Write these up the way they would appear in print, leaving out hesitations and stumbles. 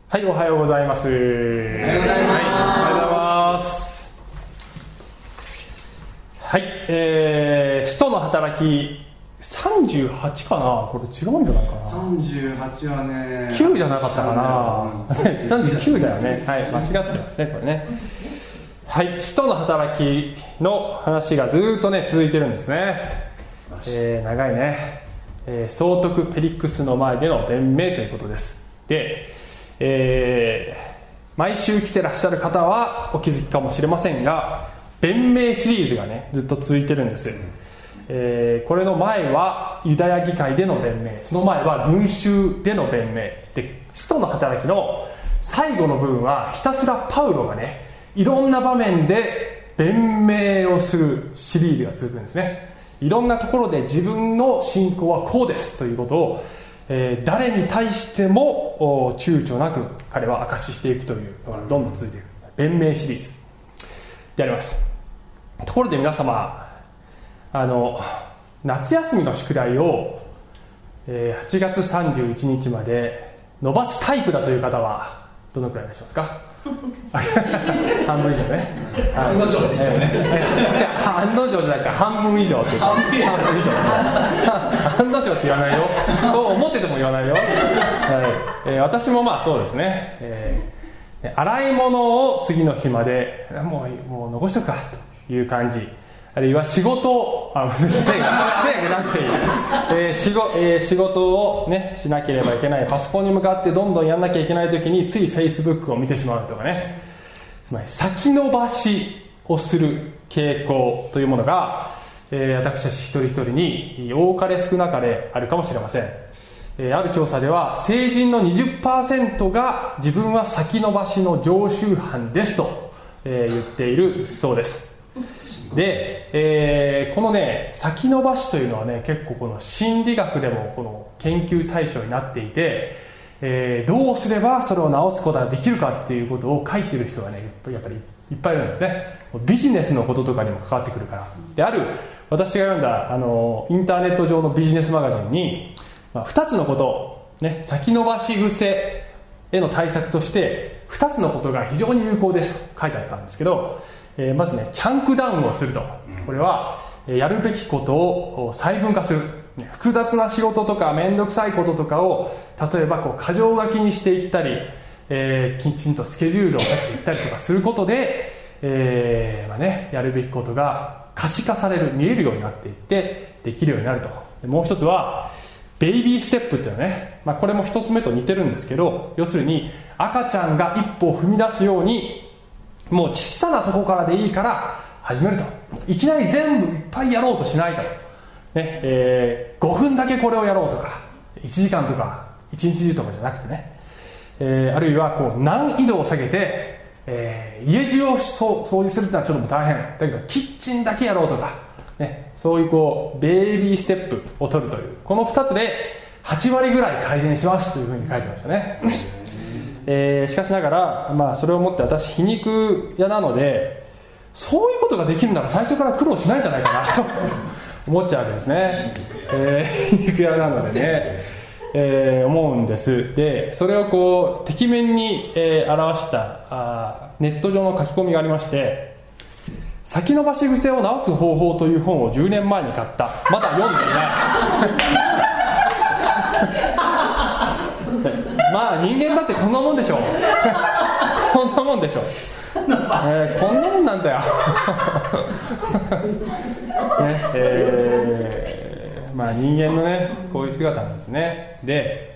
はい、おはようございます。おはようございます。はい、おはようございます。はい、使徒の働き38かな、これ違うんじゃないかな。 38はね、 9じゃなかったかな。39だよね。はい、間違ってますね、これね。はい、使徒の働きの話がずっとね続いてるんですね。長いね。総督ペリックスの前での弁明ということです。で、毎週来てらっしゃる方はお気づきかもしれませんが、弁明シリーズがねずっと続いてるんです。これの前はユダヤ議会での弁明、その前は群衆での弁明で、使徒の働きの最後の部分はひたすらパウロがねいろんな場面で弁明をするシリーズが続くんですね。いろんなところで自分の信仰はこうですということを、誰に対しても躊躇なく彼は証ししていくというのがどんどん続いていく弁明シリーズであります。ところで皆様、夏休みの宿題を、8月31日まで伸ばすタイプだという方はどのくらいいらっしゃいますか？半分以上ね。 半分以上って言ってね。 じゃあ半分以上じゃないか、半分以上って言う。半分以上って言わないよ。そう思ってても言わないよ。はい。私もまあそうですね。洗い物を次の日までもう残しとくかという感じ。あるいは仕事を仕事をねしなければいけない、パソコンに向かってどんどんやんなきゃいけない時につい Facebook を見てしまうとかね、つまり先延ばしをする傾向というものが、私たち一人一人に多かれ少なかれあるかもしれません。ある調査では成人の 20% が自分は先延ばしの常習犯ですと、言っているそうです。で、このね先延ばしというのはね結構この心理学でもこの研究対象になっていて、どうすればそれを直すことができるかっていうことを書いてる人がねやっぱりいっぱいいるんですね。ビジネスのこととかにも関わってくるから。で、ある私が読んだインターネット上のビジネスマガジンに、2つのことを、ね、先延ばし癖への対策として2つのことが非常に有効ですと書いてあったんですけど、まずねチャンクダウンをすると。これはやるべきことを細分化する。複雑な仕事とかめんどくさいこととかを例えばこう箇条書きにしていったり、きちんとスケジュールを書いていったりとかすることで、やるべきことが可視化される、見えるようになっていってできるようになると。でもう一つはベイビーステップっていうのはね、これも一つ目と似てるんですけど、要するに赤ちゃんが一歩を踏み出すようにもう小さなとこからでいいから始めると。いきなり全部いっぱいやろうとしないと、ね5分だけこれをやろうとか1時間とか1日中とかじゃなくてね、あるいはこう難易度を下げて、家中を掃除するってのはちょっと大変だけどキッチンだけやろうとか、ね、そういうこうベイビーステップを取るというこの2つで8割ぐらい改善しますというふうに書いてましたね。しかしながら、それをもって私皮肉屋なので、そういうことができるなら最初から苦労しないんじゃないかなと思っちゃうわけですね。皮肉屋なのでね、思うんです。でそれをこうてきめんに、表したネット上の書き込みがありまして、先延ばし癖を直す方法という本を10年前に買った。まだ読んでいない人間だってこんなもんでしょこんなもんでしょ、こんなもんなんだよ人間のねこういう姿なんですね。で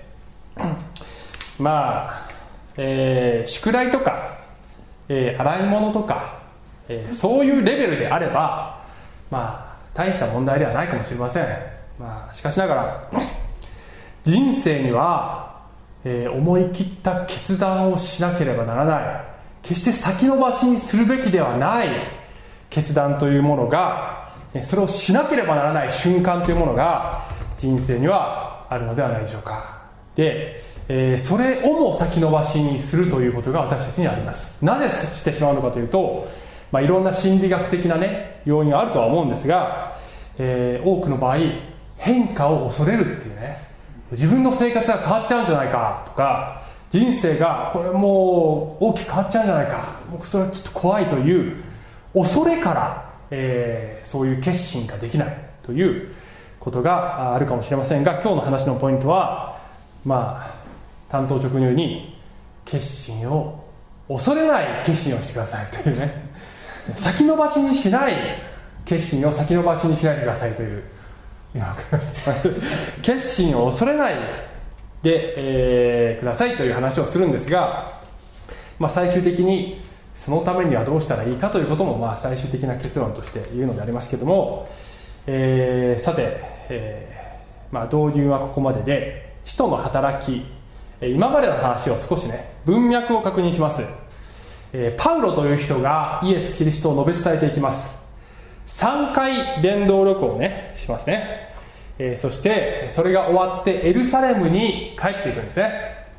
宿題とか、洗い物とか、そういうレベルであれば大した問題ではないかもしれません。しかしながら人生には、思い切った決断をしなければならない、決して先延ばしにするべきではない決断というものが、それをしなければならない瞬間というものが人生にはあるのではないでしょうか。で、それをも先延ばしにするということが私たちにあります。なぜしてしまうのかというと、いろんな心理学的なね要因があるとは思うんですが、多くの場合変化を恐れるっていうね、自分の生活が変わっちゃうんじゃないかとか、 人生がこれもう大きく変わっちゃうんじゃないか、僕それはちょっと怖いという恐れから、そういう決心ができないということがあるかもしれませんが、今日の話のポイントは、単刀直入に決心を恐れない決心をしてくださいというね、先延ばしにしない決心を先延ばしにしないでくださいという、今分かりました決心を恐れないで、くださいという話をするんですが、最終的にそのためにはどうしたらいいかということも、最終的な結論として言うのでありますけども、さて、導入はここまでで、使徒の働き、今までの話を少しね、文脈を確認します。パウロという人がイエス・キリストを述べ伝えていきます。3回伝道旅行をねしますね。そしてそれが終わってエルサレムに帰っていくんですね。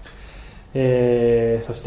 そして、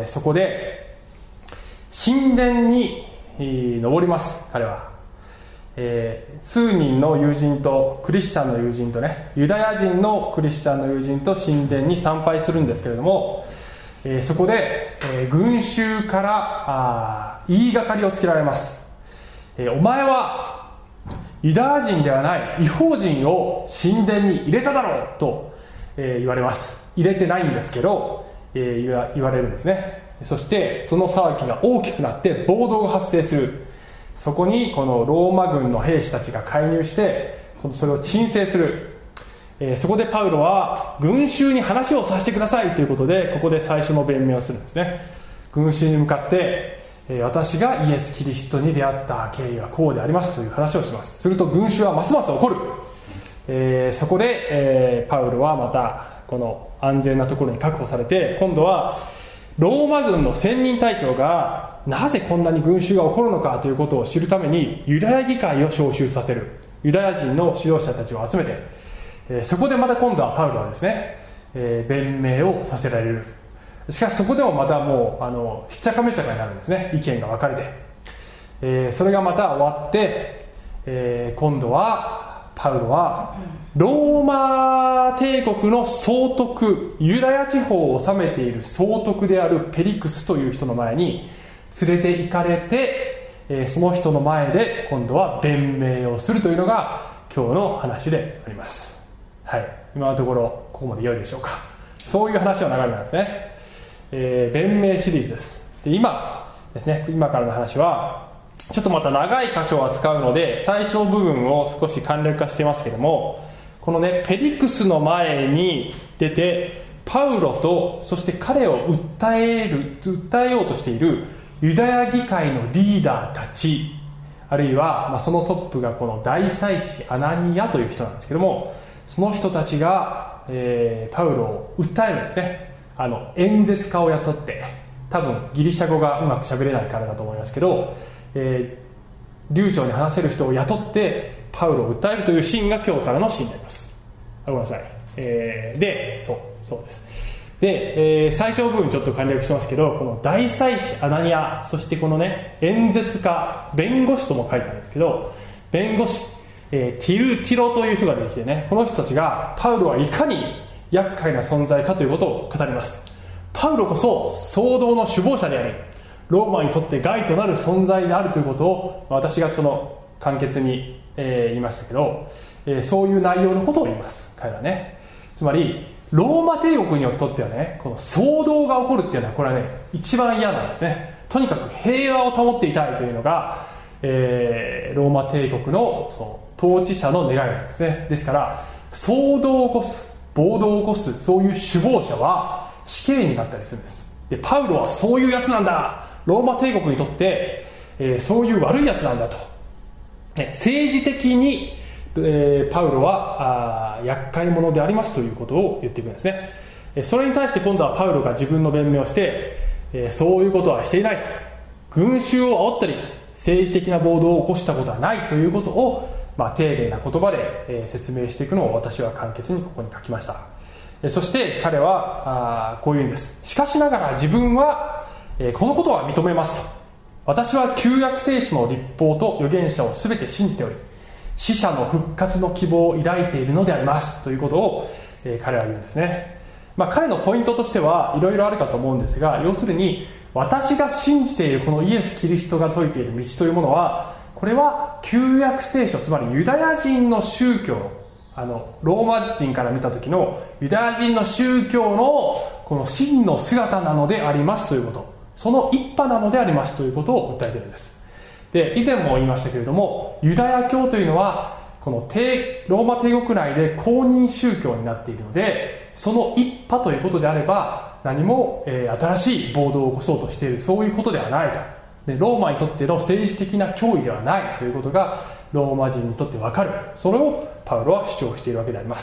そこで神殿に登ります。彼は、数人の友人とクリスチャンの友人とね、ユダヤ人のクリスチャンの友人と神殿に参拝するんですけれども、そこで、群衆から言いがかりをつけられます。お前はユダヤ人ではない異邦人を神殿に入れただろうと、言われます。入れてないんですけど、言われるんですね。そしてその騒ぎが大きくなって暴動が発生する。そこにこのローマ軍の兵士たちが介入してそれを鎮静する。そこでパウロは群衆に話をさせてくださいということで、ここで最初の弁明をするんですね。群衆に向かって私がイエス・キリストに出会った経緯はこうでありますという話をします。すると群衆はますます怒る。そこで、パウロはまたこの安全なところに確保されて、今度はローマ軍の専任隊長がなぜこんなに群衆が起こるのかということを知るためにユダヤ議会を招集させる。ユダヤ人の指導者たちを集めて、そこでまた今度はパウロはですね、弁明をさせられる。しかしそこでもまたもうしっちゃかめっちゃかになるんですね。意見が分かれて、それがまた終わって、今度はパウロはローマ帝国の総督、ユダヤ地方を治めている総督であるペリクスという人の前に連れて行かれて、その人の前で今度は弁明をするというのが今日の話であります。はい、今のところここまで良いでしょうか。そういう話の流れなんですね。弁明シリーズです。で、今ですね、今からの話はちょっとまた長い箇所を扱うので最初の部分を少し簡略化してますけども、このね、ペリクスの前に出てパウロとそして彼を訴えようとしているユダヤ議会のリーダーたち、あるいは、そのトップがこの大祭司アナニアという人なんですけども、その人たちが、パウロを訴えるんですね。演説家を雇って、多分ギリシャ語がうまく喋れないからだと思いますけど、流暢に話せる人を雇ってパウロを訴えるというシーンが今日からのシーンになります。ごめんなさい。で、そうです。で、最初の部分ちょっと簡略してますけど、この大祭司アナニア、そしてこのね、演説家、弁護士とも書いてあるんですけど、弁護士、ティロという人が出てきてね、この人たちがパウロはいかに厄介な存在かということを語ります。パウロこそ騒動の首謀者であり、ローマにとって害となる存在であるということを私がその簡潔に、言いましたけど、そういう内容のことを言います、彼はね。つまりローマ帝国にとってはね、この騒動が起こるっていうのはこれはね、一番嫌なんですね。とにかく平和を保っていたいというのが、ローマ帝国のその統治者の願いなんですね。ですから騒動を起こす、暴動を起こす、そういう首謀者は死刑になったりするんです。で、パウロはそういうやつなんだ、ローマ帝国にとって、そういう悪いやつなんだと、政治的に、パウロは厄介者でありますということを言っていくんですね。それに対して今度はパウロが自分の弁明をして、そういうことはしていないと、群衆を煽ったり政治的な暴動を起こしたことはないということを、丁寧な言葉で、説明していくのを私は簡潔にここに書きました。そして彼はこう言うんです。しかしながら自分は、このことは認めますと。私は旧約聖書の律法と預言者を全て信じており、死者の復活の希望を抱いているのでありますということを、彼は言うんですね。 彼のポイントとしてはいろいろあるかと思うんですが、要するに私が信じているこのイエス・キリストが説いている道というものは、これは旧約聖書、つまりユダヤ人の宗教、ローマ人から見た時のユダヤ人の宗教のこの真の姿なのでありますということ、その一派なのでありますということを訴えているんです。で、以前も言いましたけれども、ユダヤ教というのはこのローマ帝国内で公認宗教になっているので、その一派ということであれば何も、新しい暴動を起こそうとしている、そういうことではないと。で、ローマにとっての政治的な脅威ではないということがローマ人にとって分かる。それをパウロは主張しているわけであります。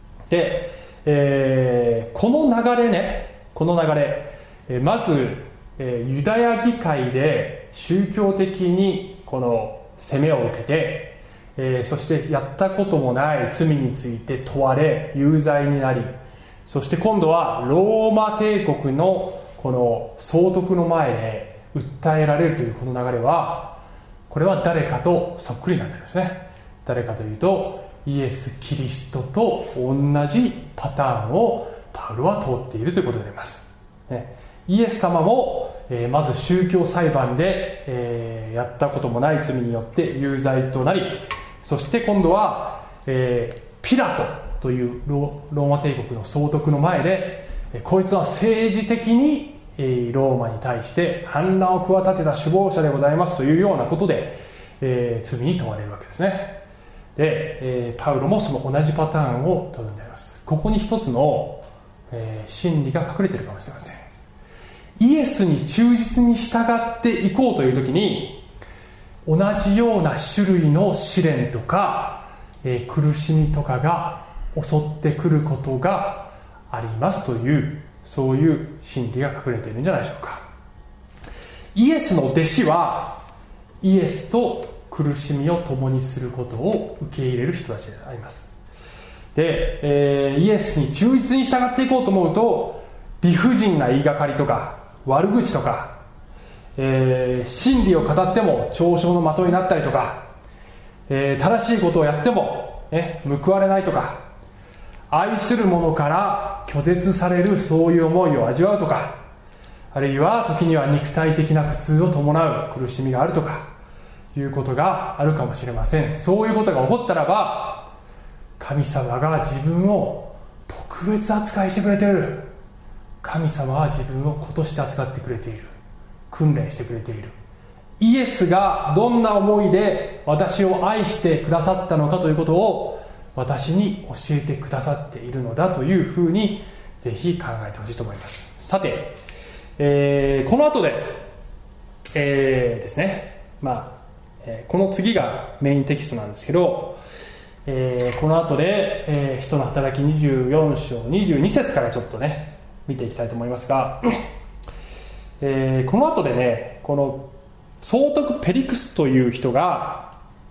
で、この流れ、まず、ユダヤ議会で宗教的にこの責めを受けて、そしてやったこともない罪について問われ有罪になり、そして今度はローマ帝国のこの総督の前で訴えられるというこの流れは、これは誰かとそっくりなんですね。誰かというとイエス・キリストと同じパターンをパウロは通っているということであります、イエス様も、まず宗教裁判で、やったこともない罪によって有罪となり、そして今度は、ピラトというローマ帝国の総督の前で、こいつは政治的にローマに対して反乱を企てた首謀者でございますというようなことで、罪に問われるわけですね。で、パウロもその同じパターンを取るんであります。ここに一つの、真理が隠れているかもしれません。イエスに忠実に従っていこうという時に、同じような種類の試練とか、苦しみとかが襲ってくることがありますという、そういう真理が隠れているんじゃないでしょうか。イエスの弟子はイエスと苦しみを共にすることを受け入れる人たちであります。で、イエスに忠実に従っていこうと思うと、理不尽な言いがかりとか悪口とか、真理を語っても嘲笑の的になったりとか、正しいことをやっても、報われないとか、愛する者から拒絶される、そういう思いを味わうとか、あるいは時には肉体的な苦痛を伴う苦しみがあるとかいうことがあるかもしれません。そういうことが起こったらば、神様が自分を特別扱いしてくれている、神様は自分を子として扱ってくれている、訓練してくれている、イエスがどんな思いで私を愛してくださったのかということを私に教えてくださっているのだというふうにぜひ考えてほしいと思います。さて、この後で、ですね、この次がメインテキストなんですけど、この後で、使徒の働き24章22節からちょっとね見ていきたいと思いますが、この後でね、この総督ペリクスという人が、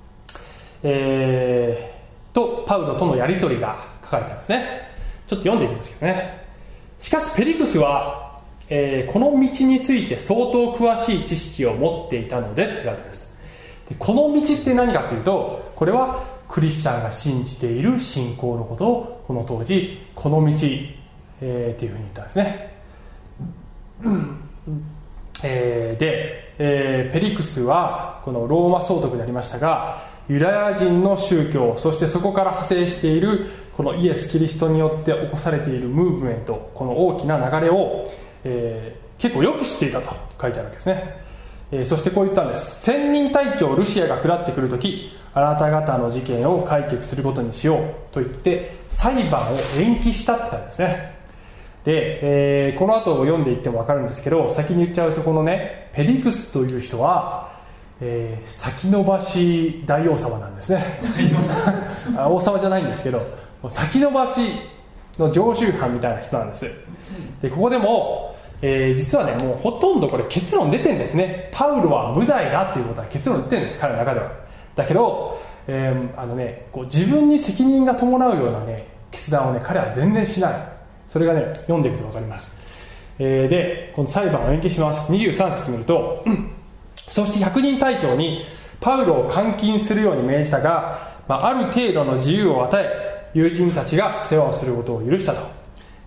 とパウロとのやり取りが書かれてあるんですね。ちょっと読んでいきますけどね。しかしペリクスは、この道について相当詳しい知識を持っていたのでって書いてあるんです。で、この道って何かというと、これはクリスチャンが信じている信仰のことをこの当時この道、っていうふうに言ったんですね。で、ペリクスはこのローマ総督でありましたが、ユダヤ人の宗教、そしてそこから派生しているこのイエス・キリストによって起こされているムーブメント、この大きな流れを、結構よく知っていたと書いてあるわけですね。そしてこう言ったんです。千人隊長ルシアが下ってくるとき、あなた方の事件を解決することにしようと言って裁判を延期したって感じですね。で、この後を読んでいっても分かるんですけど、先に言っちゃうと、このねペリクスという人は、先延ばし大王様なんですね。王様じゃないんですけど、先延ばしの常習犯みたいな人なんです。で、ここでも、実はね、もうほとんどこれ結論出てるんですね。パウロは無罪だっていうことは結論出てるんです、彼の中では。だけど、こう自分に責任が伴うようなね決断をね彼は全然しない。それがね読んでいくと分かります。で、この裁判を延期します。23節見るとそして100人隊長にパウロを監禁するように命じたが、ある程度の自由を与え友人たちが世話をすることを許したと。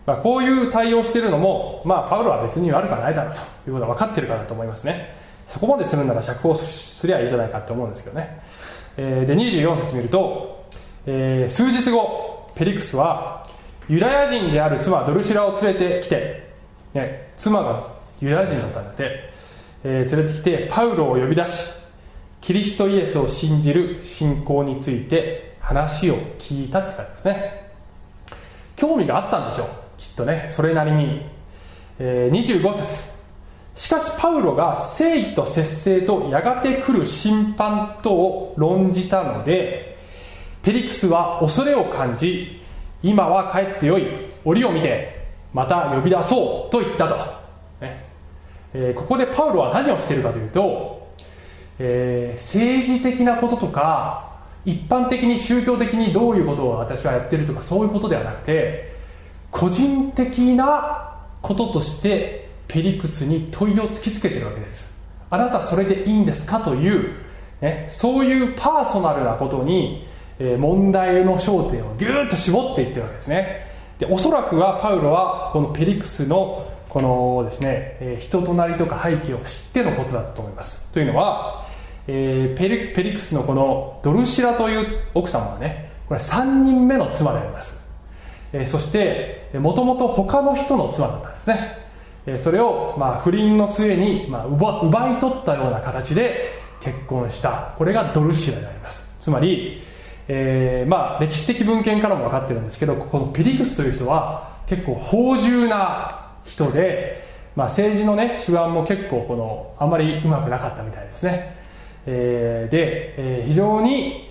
こういう対応しているのも、パウロは別に悪くはないだろうということは分かっているからだと思いますね。そこまでするなら釈放すりゃいいじゃないかと思うんですけどね。で24節見ると、数日後ペリクスはユダヤ人である妻ドルシラを連れてきて、妻がユダヤ人だったんだって、連れてきてパウロを呼び出し、キリストイエスを信じる信仰について話を聞いたって感じですね。興味があったんでしょう、きっとね、それなりに。25節、しかしパウロが正義と節制とやがて来る審判とを論じたので、ペリクスは恐れを感じ、今は帰ってよい、折を見てまた呼び出そうと言ったと、ここでパウロは何をしているかというと、政治的なこととか一般的に宗教的にどういうことを私はやってるとか、そういうことではなくて、個人的なこととしてペリクスに問いを突きつけているわけです。あなたそれでいいんですかという、そういうパーソナルなことに、問題の焦点をギューッと絞っていってるわけですね。でおそらくはパウロはこのペリクスのこのですね、人となりとか背景を知ってのことだと思います。というのは、ペリクスのこのドルシラという奥様はね、これは3人目の妻であります。そしてもともと他の人の妻だったんですね。それを不倫の末に奪い取ったような形で結婚した、これがドルシラであります。つまり、歴史的文献からも分かってるんですけど、このペリクスという人は結構芳醇な人で、政治のね手腕も結構あまりうまくなかったみたいですね。非常に、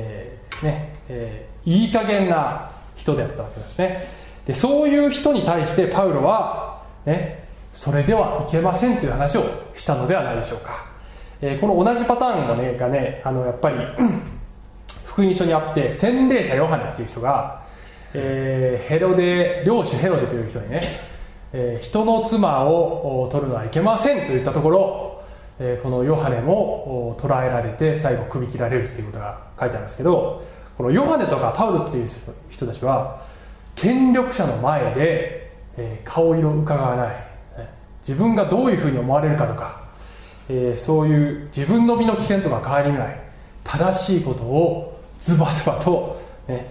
いい加減な人であったわけですね。でそういう人に対してパウロは、それではいけませんという話をしたのではないでしょうか。この同じパターンがね、やっぱり福音書にあって、洗礼者ヨハネっていう人が、領主ヘロデという人にね、人の妻を取るのはいけませんと言ったところ、このヨハネも捕らえられて最後首切られるということが書いてありますけど、このヨハネとかパウロっていう人たちは権力者の前で、顔色を伺わない、自分がどういうふうに思われるかとか、そういう自分の身の危険とか顧みない正しいことをズバズバと、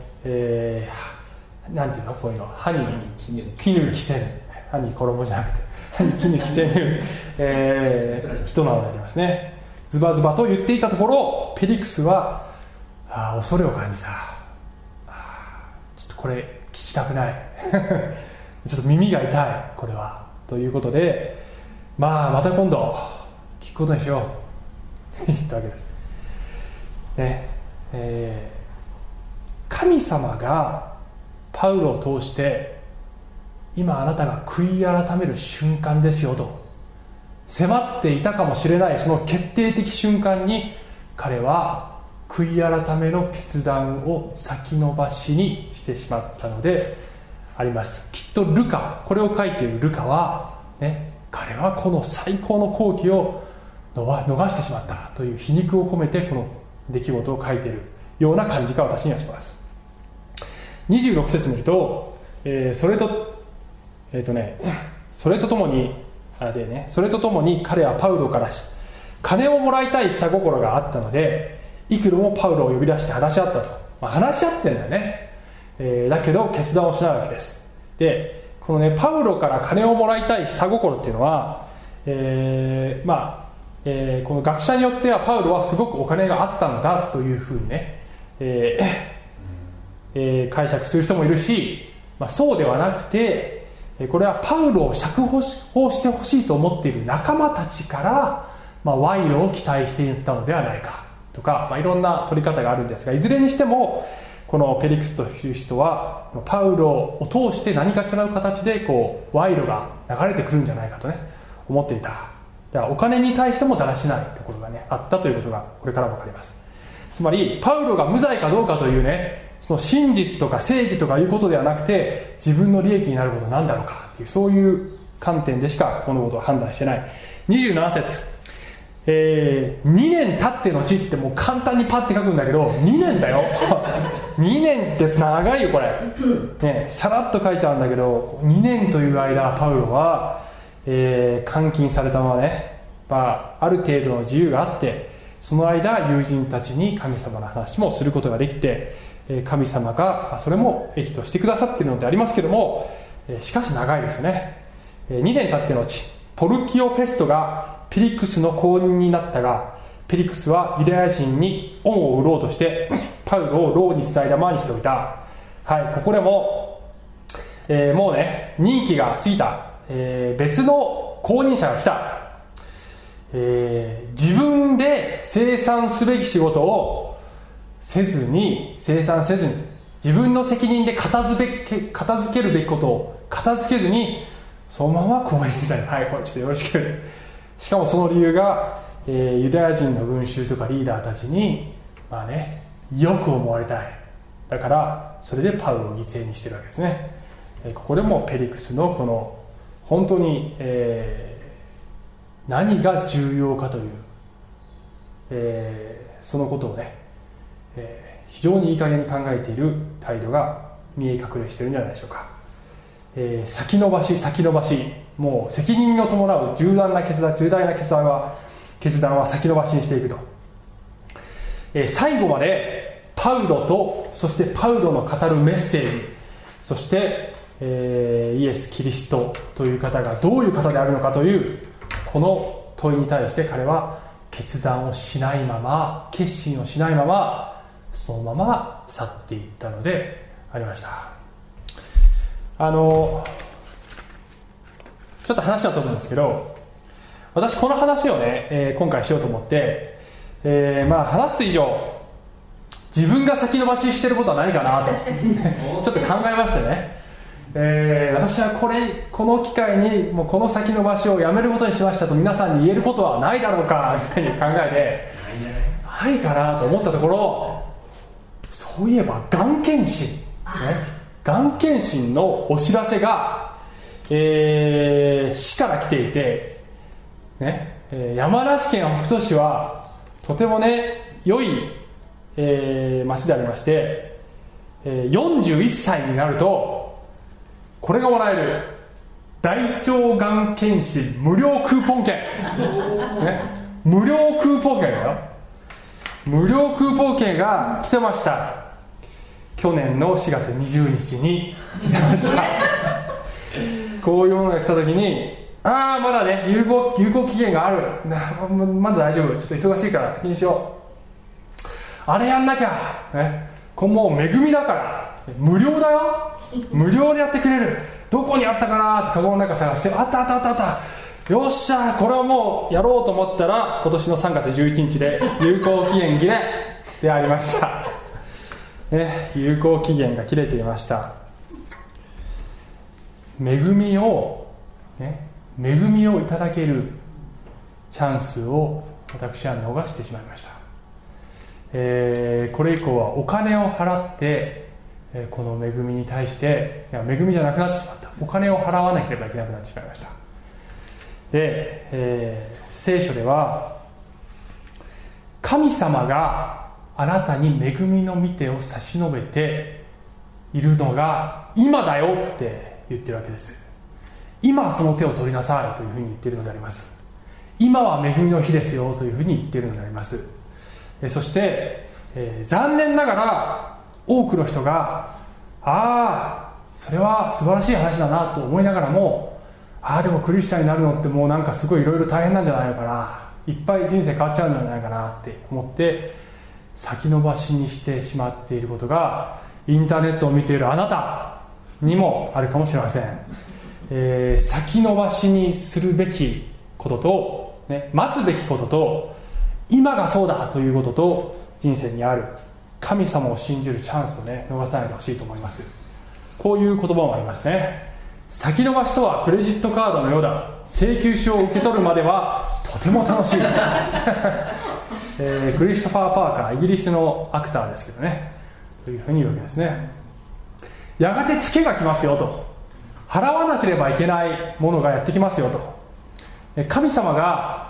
なんていうの、こういうの歯に衣着せぬ、歯に衣じゃなくて歯に衣着せぬ、人なのでありますね。ズバズバと言っていたところ、ペリクスは恐れを感じた。ちょっとこれ聞きたくないちょっと耳が痛い、これはということで、また今度聞くことにしよう言ったわけですね。神様がパウロを通して、今あなたが悔い改める瞬間ですよと迫っていたかもしれない、その決定的瞬間に彼は悔い改めの決断を先延ばしにしてしまったのであります。きっとルカ、これを書いているルカは、彼はこの最高の好機を逃してしまったという皮肉を込めてこの出来事を書いているような感じが私にはします。26節見ると、それとともに彼はパウロから金をもらいたい下心があったので、幾度もパウロを呼び出して話し合ったと、話し合ってんだよね。だけど決断をしないわけです。でこのね、パウロから金をもらいたい下心っていうのは、この学者によってはパウロはすごくお金があったのだというふうにね、解釈する人もいるし、そうではなくて、これはパウロを釈放してほしいと思っている仲間たちから、賄賂を期待していったのではないかとか、いろんな取り方があるんですが、いずれにしてもこのペリクスという人はパウロを通して何かしらの形で賄賂が流れてくるんじゃないかとね思っていた。だからお金に対してもだらしないところがねあったということがこれから分かります。つまりパウロが無罪かどうかというね、その真実とか正義とかいうことではなくて、自分の利益になることなんだろうかっていう、そういう観点でしか物事を判断してない。27節、 2年経ってのちってもう簡単にパッて書くんだけど、2年だよ2年って長いよこれ、ね、さらっと書いちゃうんだけど、2年という間パウロは、監禁されたままね、ある程度の自由があって、その間友人たちに神様の話もすることができて、神様がそれも益としてくださっているのでありますけども、しかし長いですね。2年経ってのち、ポルキオ・フェストがペリクスの後任になったが、ペリクスはユダヤ人に恩を売ろうとしてパウロを牢に伝え玉にしておいた。はい、ここでも、もうね任期が過ぎた、別の後任者が来た。自分で生産すべき仕事を生産せずに自分の責任で片付けるべきことを片付けずに、そのまま後任者に、はい、これちょっとよろしく。しかもその理由が、ユダヤ人の群衆とかリーダーたちによく思われたい。だからそれでパウロを犠牲にしてるわけですね。ここでもペリクスのこの本当に、何が重要かという、そのことをね、非常にいい加減に考えている態度が見え隠れしているんじゃないでしょうか。先延ばし、もう責任を伴う重大な決断は先延ばしにしていくと、最後までパウロと、そしてパウロの語るメッセージ、そして、イエス・キリストという方がどういう方であるのかというこの問いに対して彼は決心をしないままそのまま去っていったのでありました。ちょっと話は飛ぶんですけど、私この話をね、今回しようと思って、話す以上自分が先延ばししてることはないかなとちょっと考えましてね、私はこの機会にもうこの先延ばしをやめることにしましたと皆さんに言えることはないだろうかみたいに考えてないかなと思ったところ、そういえばがん検診のお知らせが、市から来ていて、ね、山梨県北杜市はとてもね良い、町でありまして、41歳になるとこれがもらえる大腸がん検診無料クーポン券、ね、無料クーポン券だよ。無料クーポン券が来てました。去年の4月20日に来てましたこういうものが来た時に、まだね有効期限がある、まだ大丈夫、ちょっと忙しいから先にしよう、あれやんなきゃ、ね、これもう恵みだから無料だよ、無料でやってくれる、どこにあったかなってカゴの中探して、あった、よっしゃこれはもうやろうと思ったら今年の3月11日で有効期限切れでありましたね、有効期限が切れていました。恵みをいただけるチャンスを私は逃してしまいました。これ以降はお金を払ってこの恵みに対して恵みじゃなくなってしまった、お金を払わなければいけなくなってしまいました。で、聖書では神様があなたに恵みの御手を差し伸べているのが今だよって言ってるわけです。今その手を取りなさいというふうに言っているのであります。今は恵みの日ですよというふうに言っているのであります。そして、残念ながら多くの人がそれは素晴らしい話だなと思いながらも、でもクリスチャンになるのってもうなんかすごいいろいろ大変なんじゃないのかな、いっぱい人生変わっちゃうんじゃないかなって思って先延ばしにしてしまっていることがインターネットを見ているあなたにもあるかもしれません。先延ばしにするべきことと、待つべきことと、今がそうだということと、人生にある神様を信じるチャンスを逃さないでほしいと思います。こういう言葉もありますね。先延ばしとはクレジットカードのようだ、請求書を受け取るまではとても楽しいクリストファー・パーカー、イギリスのアクターですけどね、というふうに言うわけですね。やがてツケが来ますよと、払わなければいけないものがやってきますよと、神様が、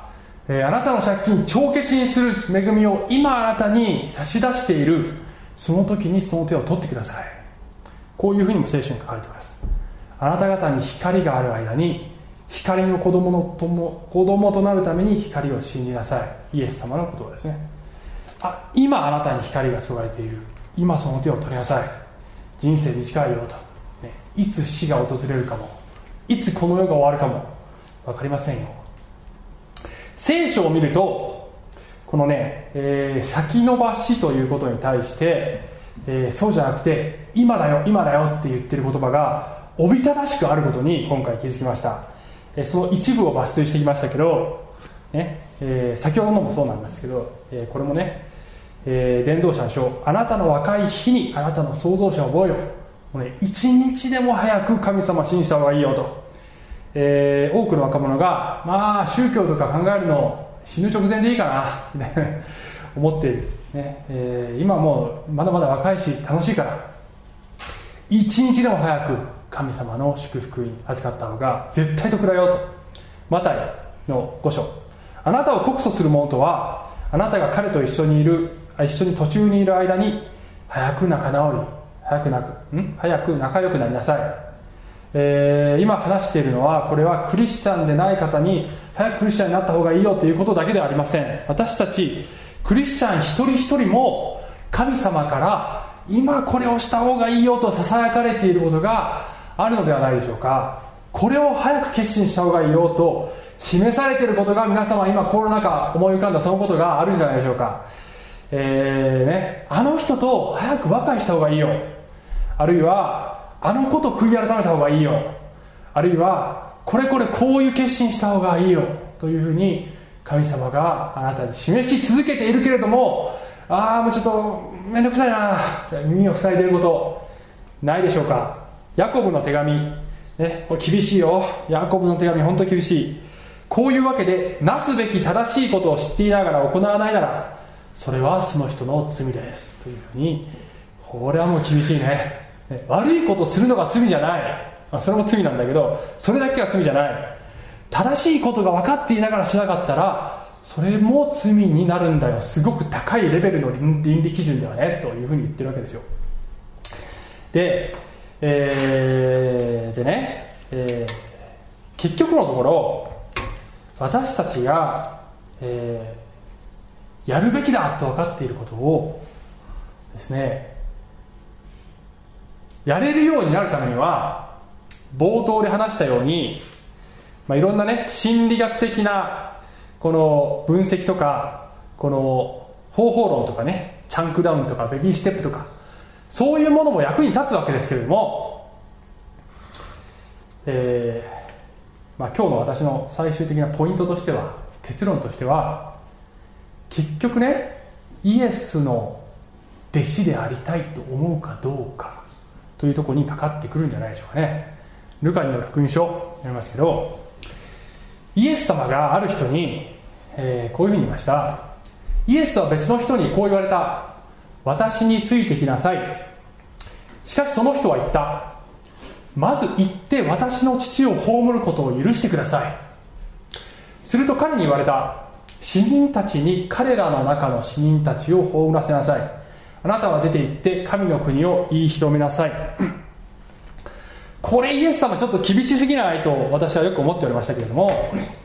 あなたの借金帳消しにする恵みを今あなたに差し出している、その時にその手を取ってください。こういうふうにも聖書に書かれています。あなた方に光がある間に光の子供となるために光を信じなさい。イエス様の言葉ですね。今あなたに光が注がれている、今その手を取りなさい。人生短いよと、いつ死が訪れるかも、いつこの世が終わるかも分かりませんよ。聖書を見るとこのね、先延ばしということに対して、そうじゃなくて今だよ今だよって言ってる言葉がおびただしくあることに今回気づきました。その一部を抜粋してきましたけど、先ほどのもそうなんですけど、これもね、伝道者の書、あなたの若い日にあなたの創造者を覚えよ。もうね、一日でも早く神様を信じた方がいいよと、多くの若者が宗教とか考えるの死ぬ直前でいいかなみたいな思っている、今もうまだまだ若いし楽しいから一日でも早く神様の祝福に預かった方が絶対得だよと。マタイの5章、あなたを告訴する者とはあなたが彼と一緒に途中にいる間に早く仲直り早く仲良くなりなさい。今話しているのは、これはクリスチャンでない方に早くクリスチャンになった方がいいよということだけではありません。私たちクリスチャン一人一人も神様から今これをした方がいいよとささやかれていることがあるのではないでしょうか。これを早く決心した方がいいよと示されていることが、皆様今心の中思い浮かんだそのことがあるんじゃないでしょうか。あの人と早く和解した方がいいよ、あるいはあのこと悔い改めた方がいいよ、あるいはこういう決心した方がいいよというふうに神様があなたに示し続けているけれども、もうちょっとめんどくさいな、耳を塞いでいることないでしょうか。ヤコブの手紙、これ厳しいよ。ヤコブの手紙本当に厳しい。こういうわけで、なすべき正しいことを知っていながら行わないなら、それはその人の罪ですというふうに。これはもう厳しいね。悪いことをするのが罪じゃない、それも罪なんだけど、それだけが罪じゃない。正しいことが分かっていながらしなかったら、それも罪になるんだよ。すごく高いレベルの倫理基準ではねというふうに言ってるわけですよ。で、結局のところ、私たちが、やるべきだと分かっていることをですね、やれるようになるためには、冒頭で話したように、いろんなね、心理学的なこの分析とか、この方法論とかね、チャンクダウンとかベビーステップとか、そういうものも役に立つわけですけれども、今日の私の最終的なポイントとしては、結論としては、結局ね、イエスの弟子でありたいと思うかどうかというところにかかってくるんじゃないでしょうかね。ルカによる福音書を読みますけど、イエス様がある人に、こういうふうに言いました。イエスは別の人にこう言われた。私についてきなさい。しかしその人は言った。まず行って私の父を葬ることを許してください。すると彼に言われた。死人たちに彼らの中の死人たちを葬らせなさい。あなたは出て行って神の国を言い広めなさい。これイエス様ちょっと厳しすぎないと私はよく思っておりましたけれども、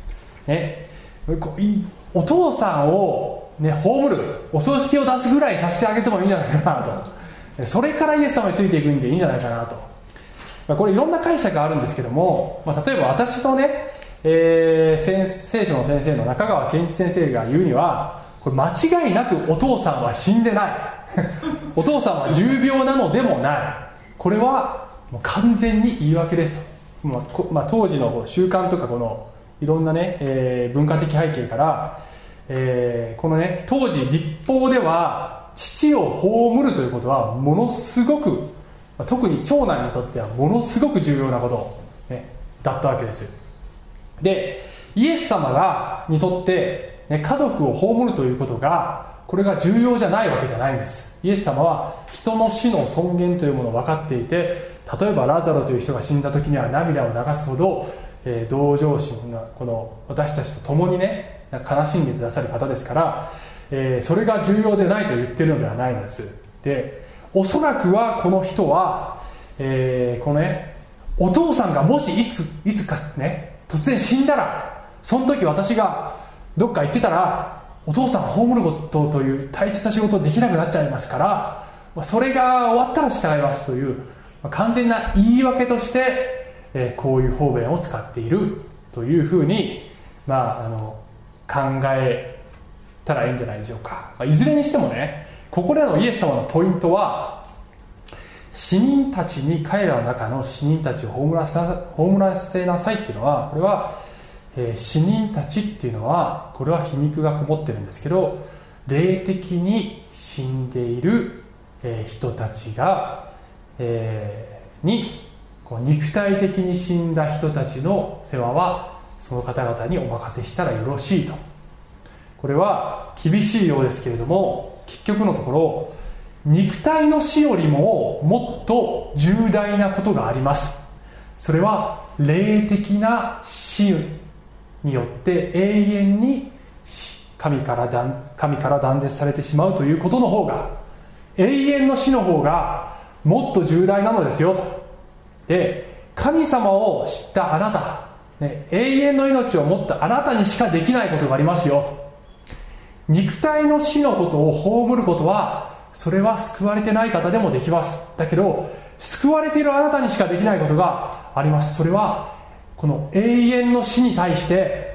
お父さんを、葬る、お葬式を出すぐらいさせてあげてもいいんじゃないかなと、それからイエス様についていくんでいいんじゃないかなと、これいろんな解釈があるんですけども、例えば私のね、聖書の先生の中川健一先生が言うには、これ間違いなくお父さんは死んでないお父さんは重病なのでもない、これはもう完全に言い訳ですと、当時の習慣とかこのいろんなね、文化的背景から、このね、当時律法では父を葬るということはものすごく、特に長男にとってはものすごく重要なこと、だったわけです。で、イエス様にとって、家族を葬るということが、これが重要じゃないわけじゃないんです。イエス様は人の死の尊厳というものを分かっていて、例えばラザロという人が死んだ時には涙を流すほど、同情心がこの私たちと共にね、 悲しんでくださる方ですから、それが重要でないと言っているのではないのです。で、おそらくはこの人は、このね、お父さんがもしいつかね、突然死んだら、その時私がどっか行ってたら、お父さんを葬ることという大切な仕事できなくなっちゃいますから、それが終わったら従いますという、完全な言い訳として、こういう方便を使っているというふうに、考えたらいいんじゃないでしょうか。いずれにしてもね、ここでのイエス様のポイントは、死人たちに彼らの中の死人たちを葬らせなさいっていうのは、これは、死人たちっていうのは、これは皮肉がこもってるんですけど、霊的に死んでいる人たちが、肉体的に死んだ人たちの世話はその方々にお任せしたらよろしいと。これは厳しいようですけれども、結局のところ肉体の死よりももっと重大なことがあります。それは霊的な死によって永遠に神から断絶されてしまうということの方が、永遠の死の方がもっと重大なのですよと。で、神様を知ったあなた、ね、永遠の命を持ったあなたにしかできないことがありますよと。肉体の死のことを葬ることは、それは救われてない方でもできます。だけど救われているあなたにしかできないことがあります。それはこの永遠の死に対して、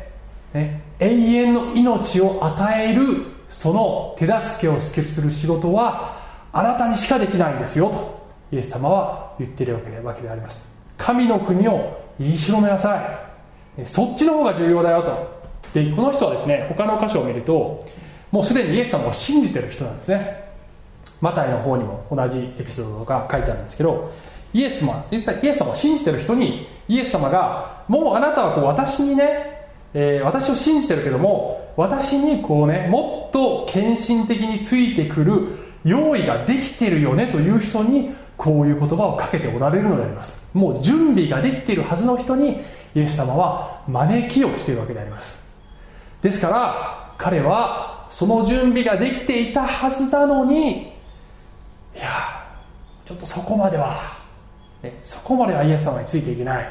ね、永遠の命を与えるその手助けをする仕事はあなたにしかできないんですよとイエス様は言っているわけであります。神の国を言い広めなさい、そっちの方が重要だよと。で、この人はですね、他の箇所を見るともうすでにイエス様を信じている人なんですね。マタイの方にも同じエピソードが書いてあるんですけど、イエス様を信じている人にイエス様が、もうあなたは私にね、私を信じてるけども、私にもっと献身的についてくる用意ができているよねという人にこういう言葉をかけておられるのであります。もう準備ができているはずの人にイエス様は招きをしているわけであります。ですから彼はその準備ができていたはずなのに、いやちょっとそこまではイエス様についていけない、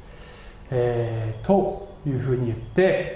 というふうに言って、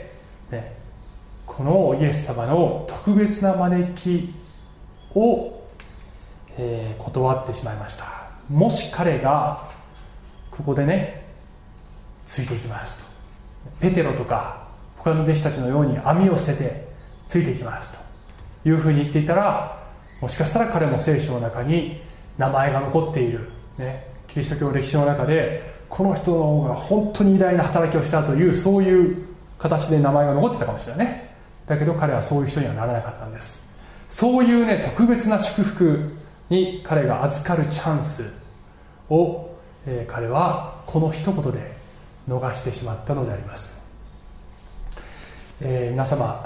このイエス様の特別な招きを、断ってしまいました。もし彼がここでね、ついていきますと、ペテロとか他の弟子たちのように網を捨ててついていきますというふうに言っていたら、もしかしたら彼も聖書の中に名前が残っている、キリスト教の歴史の中でこの人の方が本当に偉大な働きをしたという、そういう形で名前が残ってたかもしれないね。だけど彼はそういう人にはならなかったんです。そういうね、特別な祝福に彼が預かるチャンスを、彼はこの一言で逃してしまったのであります。皆様、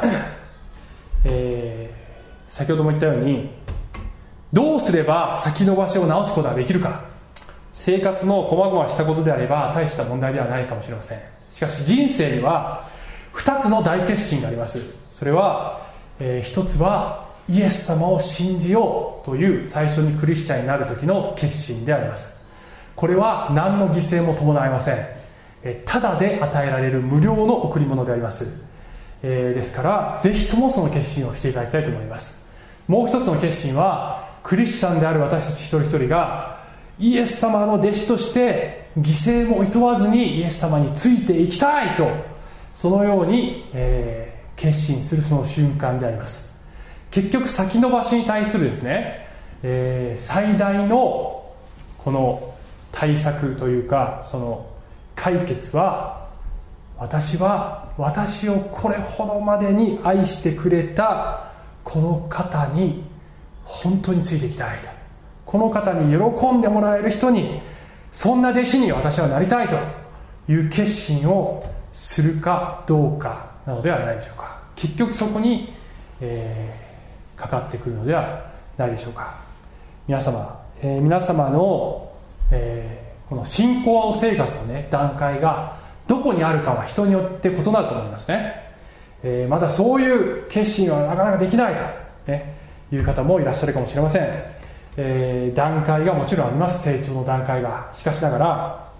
先ほども言ったように、どうすれば先延ばしを直すことができるか。生活の細々したことであれば大した問題ではないかもしれません。しかし人生には2つの大決心があります。それは、一つはイエス様を信じようという最初にクリスチャンになる時の決心であります。これは何の犠牲も伴いません。ただで与えられる無料の贈り物であります。ですからぜひともその決心をしていただきたいと思います。もう一つの決心は、クリスチャンである私たち一人一人がイエス様の弟子として犠牲も厭わずにイエス様についていきたいと、そのように、決心するその瞬間であります。結局先延ばしに対するですね、最大のこの対策というか、その解決は、私は私をこれほどまでに愛してくれたこの方に本当についていきたい、この方に喜んでもらえる人に、そんな弟子に私はなりたいという決心をするかどうかなのではないでしょうか。結局そこに、かかってくるのではないでしょうか。皆様、皆様の、この信仰生活のね、段階がどこにあるかは人によって異なると思いますね。 まだそういう決心はなかなかできないと、いう方もいらっしゃるかもしれません。段階がもちろんあります。成長の段階が。しかしながら、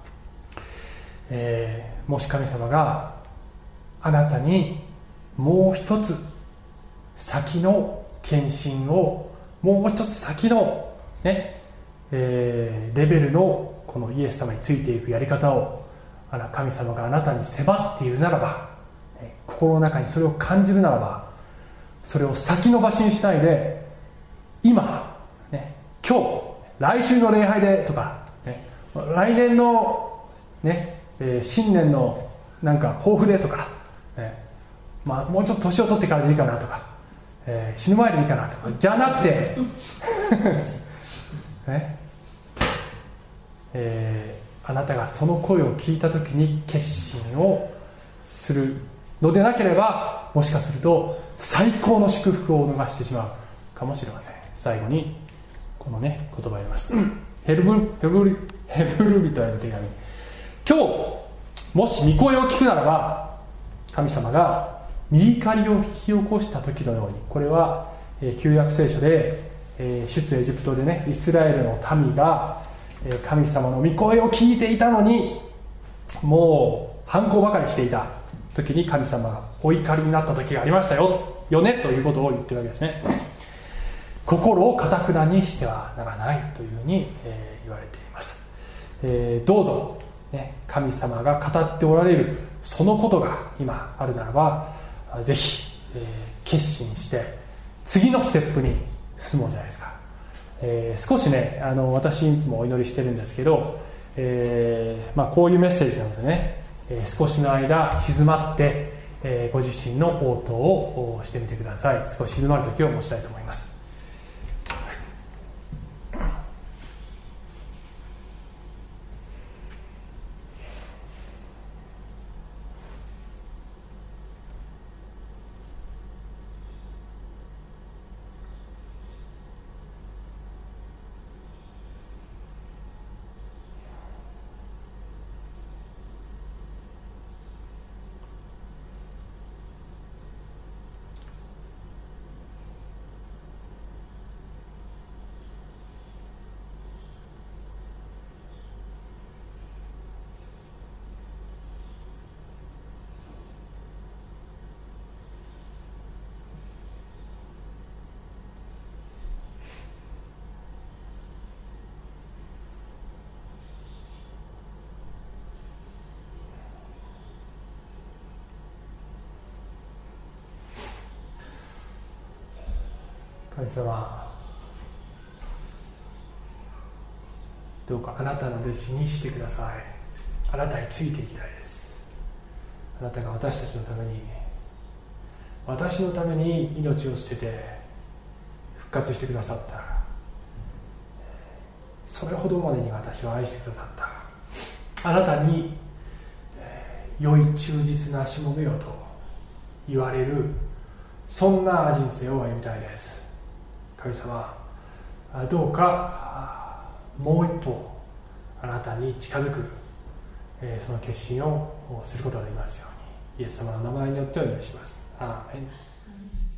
もし神様があなたにもう一つ先の献身を、もう一つ先のレベルのこのイエス様についていくやり方を神様があなたに迫っているならば、心の中にそれを感じるならば、それを先延ばしにしないで、今、今日、来週の礼拝でとか、来年の、新年のなんか抱負でとか、もうちょっと年を取ってからでいいかなとか、死ぬ前でいいかなとかじゃなくてあなたがその声を聞いた時に決心をするのでなければ、もしかすると最高の祝福を逃してしまうかもしれません。最後にこの言葉を読みます。ヘブル人への手紙。今日もし御声を聞くならば、神様が御怒りを引き起こした時のように、これは旧約聖書で出エジプトでイスラエルの民が神様の御声を聞いていたのに、もう反抗ばかりしていた時に神様がお怒りになった時がありましたよねということを言ってるわけですね。心を堅くなにしてはならないというふうに言われています。どうぞ、神様が語っておられるそのことが今あるならば、ぜひ、決心して次のステップに進もうじゃないですか。少し私いつもお祈りしてるんですけど、こういうメッセージなので少しの間静まって、ご自身の応答をしてみてください。少し静まる時を持ちたいと思います。神様、どうかあなたの弟子にしてください。あなたについていきたいです。あなたが私たちのために、私のために命を捨てて復活してくださった。それほどまでに私を愛してくださった。あなたに良い忠実なしもべよと言われる、そんな人生を歩みたいです。神様、どうかもう一歩あなたに近づく、その決心をすることができますように、イエス様の名前によってお願いします。アーメン。